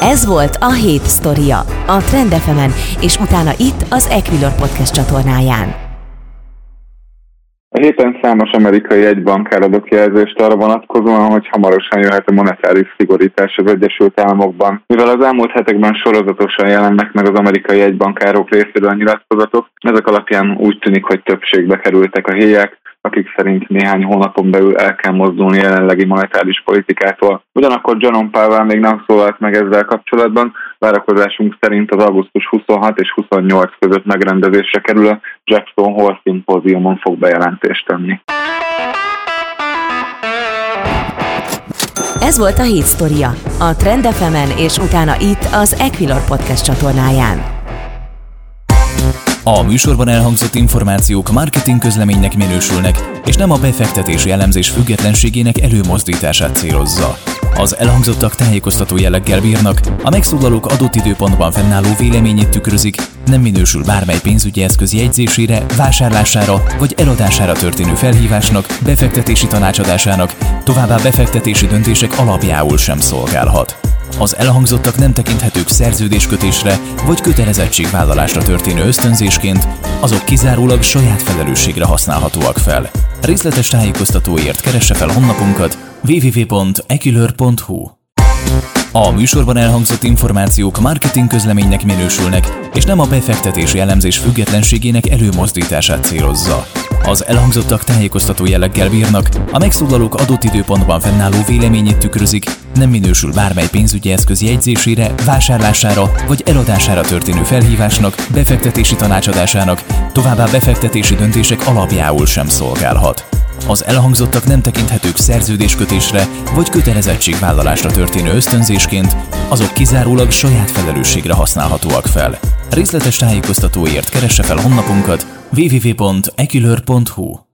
Ez volt a Hét Sztoria, a Trend FM-en, és utána itt az Equilor Podcast csatornáján. A héten számos amerikai jegybankár adott jelzést arra vonatkozóan, hogy hamarosan jöhet a monetáris szigorítás az Egyesült Államokban. Mivel az elmúlt hetekben sorozatosan jelennek meg az amerikai jegybankárok részéről a nyilatkozatok, ezek alapján úgy tűnik, hogy többségbe kerültek a héják, akik szerint néhány hónapon belül el kell mozdulni jelenlegi monetáris politikától. Ugyanakkor Jerome Powell még nem szólalt meg ezzel kapcsolatban, várakozásunk szerint az augusztus 26 és 28 között megrendezésre kerül a Jackson Hole szimpóziumon fog bejelentést tenni. Ez volt a Hét Sztoria, a Trend FM-en, és utána itt az Equilor Podcast csatornáján. A műsorban elhangzott információk marketing közleménynek minősülnek, és nem a befektetési elemzés függetlenségének előmozdítását célozza. Az elhangzottak tájékoztató jelleggel bírnak, a megszólalók adott időpontban fennálló véleményét tükrözik, nem minősül bármely pénzügyi eszköz jegyzésére, vásárlására vagy eladására történő felhívásnak, befektetési tanácsadásának, továbbá befektetési döntések alapjául sem szolgálhat. Az elhangzottak nem tekinthetők szerződéskötésre vagy kötelezettségvállalásra történő ösztönzésként, azok kizárólag saját felelősségre használhatóak fel. Részletes tájékoztatóért keresse fel honlapunkat www.equilor.hu. A műsorban elhangzott információk marketing közleménynek minősülnek, és nem a befektetési elemzés függetlenségének előmozdítását célozza. Az elhangzottak tájékoztató jelleggel bírnak, a megszólalók adott időpontban fennálló véleményét tükrözik, nem minősül bármely pénzügyi eszköz jegyzésére, vásárlására vagy eladására történő felhívásnak, befektetési tanácsadásának, továbbá befektetési döntések alapjául sem szolgálhat. Az elhangzottak nem tekinthetők szerződéskötésre vagy kötelezettségvállalásra történő ösztönzésként, azok kizárólag saját felelősségre használhatóak fel. Részletes tájékoztatóért keresse fel honlapunkat www.equilor.hu.